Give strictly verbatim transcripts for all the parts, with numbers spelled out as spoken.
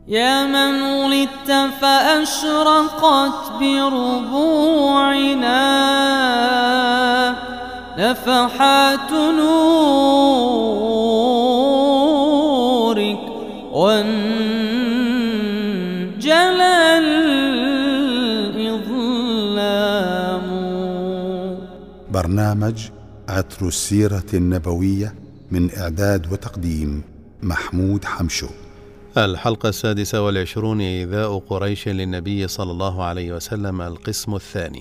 يا من ولدت فأشرقت بربوعنا نفحات نورك وانجلى الإظلام. برنامج عطر السيرة النبوية من إعداد وتقديم محمود حمشو. الحلقة السادسة والعشرون: إيذاء قريش للنبي صلى الله عليه وسلم، القسم الثاني.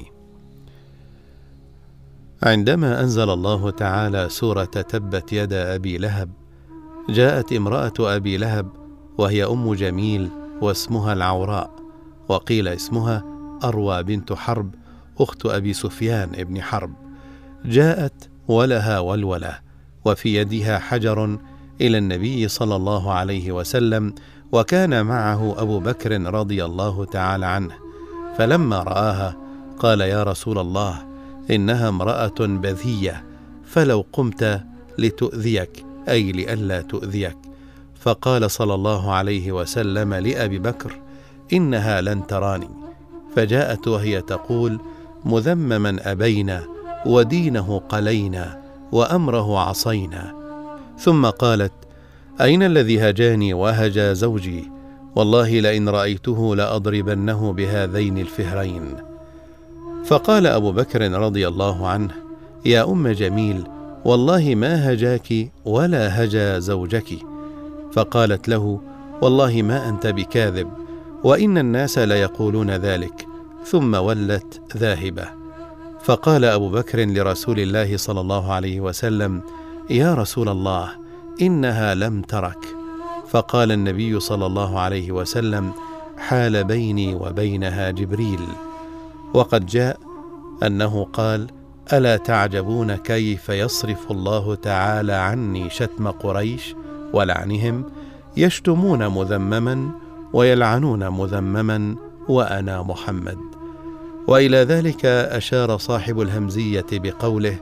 عندما أنزل الله تعالى سورة تبت يدا أبي لهب، جاءت امرأة أبي لهب وهي أم جميل واسمها العوراء، وقيل اسمها أروى بنت حرب أخت أبي سفيان ابن حرب. جاءت ولها ولولة وفي يدها حجر إلى النبي صلى الله عليه وسلم، وكان معه أبو بكر رضي الله تعالى عنه. فلما رآها قال: يا رسول الله، إنها امرأة بذية، فلو قمت لتؤذيك، أي لئلا تؤذيك. فقال صلى الله عليه وسلم لأبي بكر: إنها لن تراني. فجاءت وهي تقول: مذمما أبينا، ودينه قلينا، وأمره عصينا. ثم قالت: أين الذي هجاني وهجى زوجي؟ والله لئن رأيته لأضربنه بهذين الفهرين. فقال أبو بكر رضي الله عنه: يا أم جميل، والله ما هجاك ولا هجى زوجك. فقالت له: والله ما أنت بكاذب، وإن الناس ليقولون ذلك. ثم ولت ذاهبة. فقال أبو بكر لرسول الله صلى الله عليه وسلم: يا رسول الله، إنها لم ترك. فقال النبي صلى الله عليه وسلم: حال بيني وبينها جبريل. وقد جاء أنه قال: ألا تعجبون كيف يصرف الله تعالى عني شتم قريش ولعنهم؟ يشتمون مذمما ويلعنون مذمما، وأنا محمد. وإلى ذلك أشار صاحب الهمزية بقوله: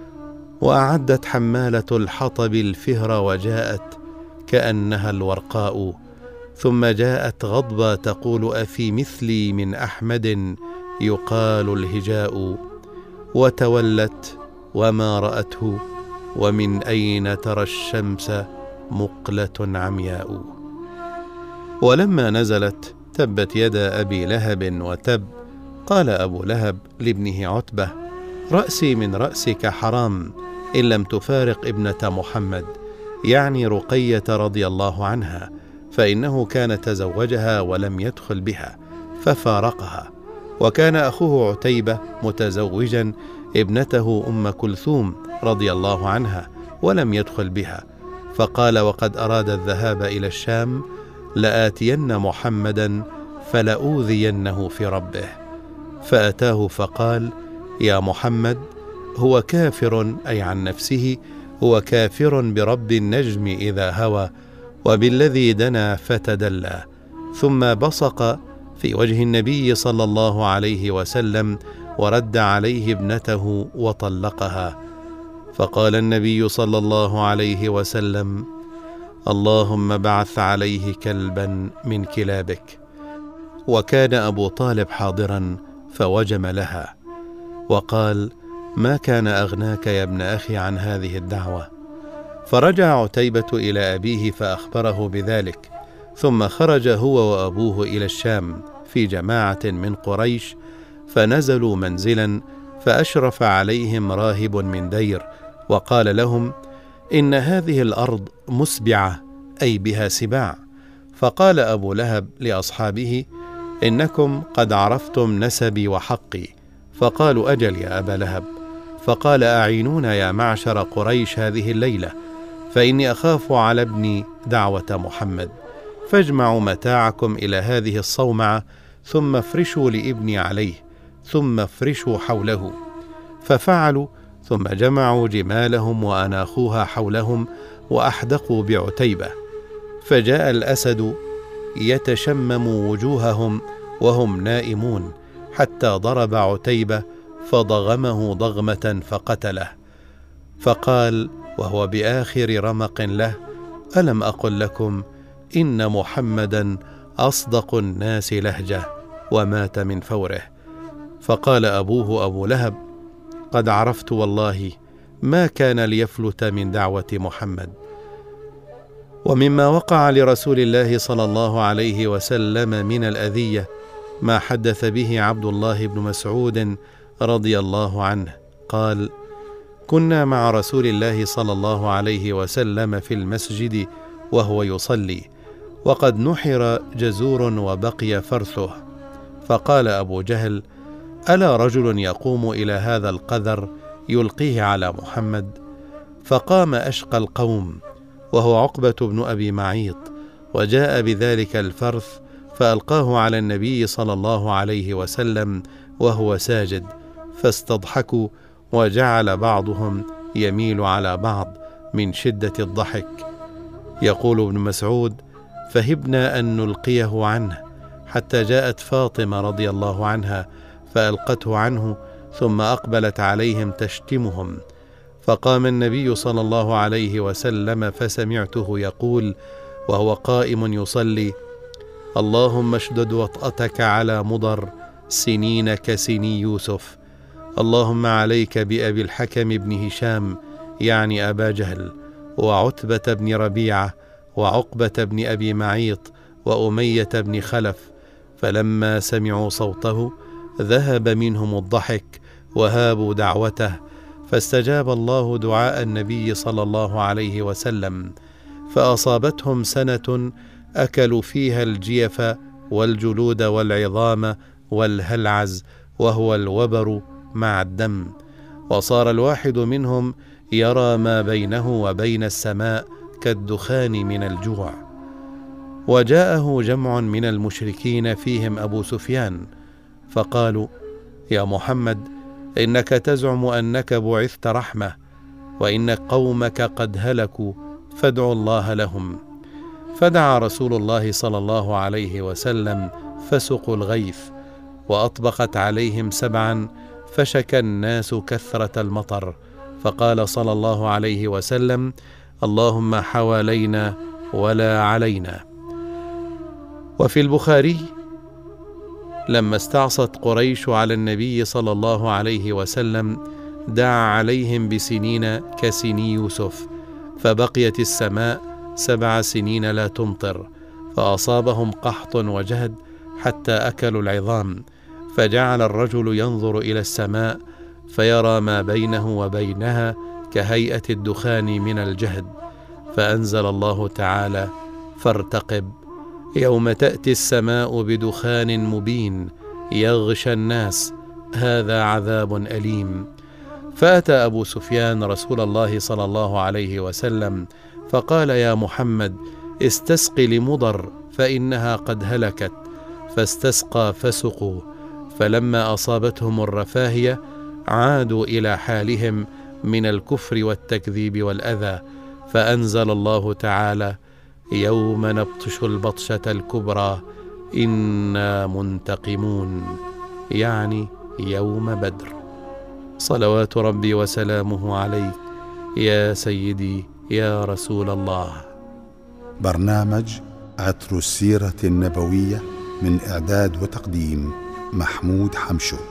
وأعدت حمالة الحطب الفهر وجاءت كأنها الورقاء. ثم جاءت غضبة تقول: أفي مثلي من أحمد يقال الهجاء. وتولت وما رأته، ومن أين ترى الشمس مقلة عمياء. ولما نزلت تبت يدا أبي لهب وتب، قال أبو لهب لابنه عتبة: رأسي من رأسك حرام إن لم تفارق ابنة محمد، يعني رقية رضي الله عنها، فإنه كان تزوجها ولم يدخل بها ففارقها. وكان أخوه عتيبة متزوجا ابنته أم كلثوم رضي الله عنها ولم يدخل بها، فقال: وقد أراد الذهاب إلى الشام لآتين محمدا فلأوذينه في ربه. فأتاه فقال: يا محمد، هو كافر، أي عن نفسه، هو كافر برب النجم إذا هوى، وبالذي دنا فتدلى. ثم بصق في وجه النبي صلى الله عليه وسلم ورد عليه ابنته وطلقها. فقال النبي صلى الله عليه وسلم: اللهم بعث عليه كلبا من كلابك. وكان أبو طالب حاضرا فوجم لها وقال: ما كان أغناك يا ابن أخي عن هذه الدعوة؟ فرجع عتيبة إلى أبيه فأخبره بذلك، ثم خرج هو وأبوه إلى الشام في جماعة من قريش، فنزلوا منزلا، فأشرف عليهم راهب من دير وقال لهم: إن هذه الأرض مسبعة، أي بها سباع. فقال أبو لهب لأصحابه: إنكم قد عرفتم نسبي وحقي. فقالوا: أجل يا أبا لهب. فقال: أعينونا يا معشر قريش هذه الليلة، فإني أخاف على ابني دعوة محمد، فاجمعوا متاعكم إلى هذه الصومعة، ثم افرشوا لابني عليه، ثم افرشوا حوله. ففعلوا، ثم جمعوا جمالهم وأناخوها حولهم وأحدقوا بعتيبة. فجاء الأسد يتشمم وجوههم وهم نائمون، حتى ضرب عتيبة فضغمه ضغمة فقتله. فقال وهو بآخر رمق له: ألم أقل لكم إن محمدا أصدق الناس لهجة، ومات من فوره. فقال أبوه أبو لهب: قد عرفت والله ما كان ليفلت من دعوة محمد. ومما وقع لرسول الله صلى الله عليه وسلم من الأذية ما حدث به عبد الله بن مسعود رضي الله عنه قال: كنا مع رسول الله صلى الله عليه وسلم في المسجد وهو يصلي، وقد نحر جزور وبقي فرثه، فقال أبو جهل: ألا رجل يقوم إلى هذا القذر يلقيه على محمد؟ فقام أشقى القوم وهو عقبة بن أبي معيط، وجاء بذلك الفرث فألقاه على النبي صلى الله عليه وسلم وهو ساجد، فاستضحكوا، وجعل بعضهم يميل على بعض من شدة الضحك. يقول ابن مسعود: فهبنا أن نلقيه عنه، حتى جاءت فاطمة رضي الله عنها فألقته عنه، ثم أقبلت عليهم تشتمهم، فقام النبي صلى الله عليه وسلم فسمعته يقول وهو قائم يصلي: اللهم اشدد وطأتك على مضر سنين كسني يوسف، اللهم عليك بأبي الحكم بن هشام يعني أبا جهل، وعتبة بن ربيعة، وعقبة بن أبي معيط، وأمية بن خلف. فلما سمعوا صوته ذهب منهم الضحك وهابوا دعوته، فاستجاب الله دعاء النبي صلى الله عليه وسلم، فأصابتهم سنة أكلوا فيها الجيف والجلود والعظام والهلعز، وهو الوبر مع الدم، وصار الواحد منهم يرى ما بينه وبين السماء كالدخان من الجوع. وجاءه جمع من المشركين فيهم أبو سفيان، فقالوا: يا محمد، إنك تزعم أنك بعثت رحمة، وإن قومك قد هلكوا، فادعوا الله لهم. فدعا رسول الله صلى الله عليه وسلم فسقوا الغيث، وأطبقت عليهم سبعا، فشكى الناس كثرة المطر، فقال صلى الله عليه وسلم: اللهم حوالينا ولا علينا. وفي البخاري: لما استعصت قريش على النبي صلى الله عليه وسلم دعا عليهم بسنين كسني يوسف، فبقيت السماء سبع سنين لا تمطر، فأصابهم قحط وجهد حتى أكلوا العظام، فجعل الرجل ينظر إلى السماء فيرى ما بينه وبينها كهيئة الدخان من الجهد، فأنزل الله تعالى: فارتقب يوم تأتي السماء بدخان مبين يغشى الناس، هذا عذاب أليم. فأتى أبو سفيان رسول الله صلى الله عليه وسلم فقال: يا محمد، استسق لمضر فإنها قد هلكت. فاستسقى فسقوا، فلما أصابتهم الرفاهية عادوا إلى حالهم من الكفر والتكذيب والأذى، فأنزل الله تعالى: يوم نبطش البطشة الكبرى إنا منتقمون، يعني يوم بدر. صلوات ربي وسلامه عليك يا سيدي يا رسول الله. برنامج عطر السيرة النبوية، من إعداد وتقديم محمود حمشو.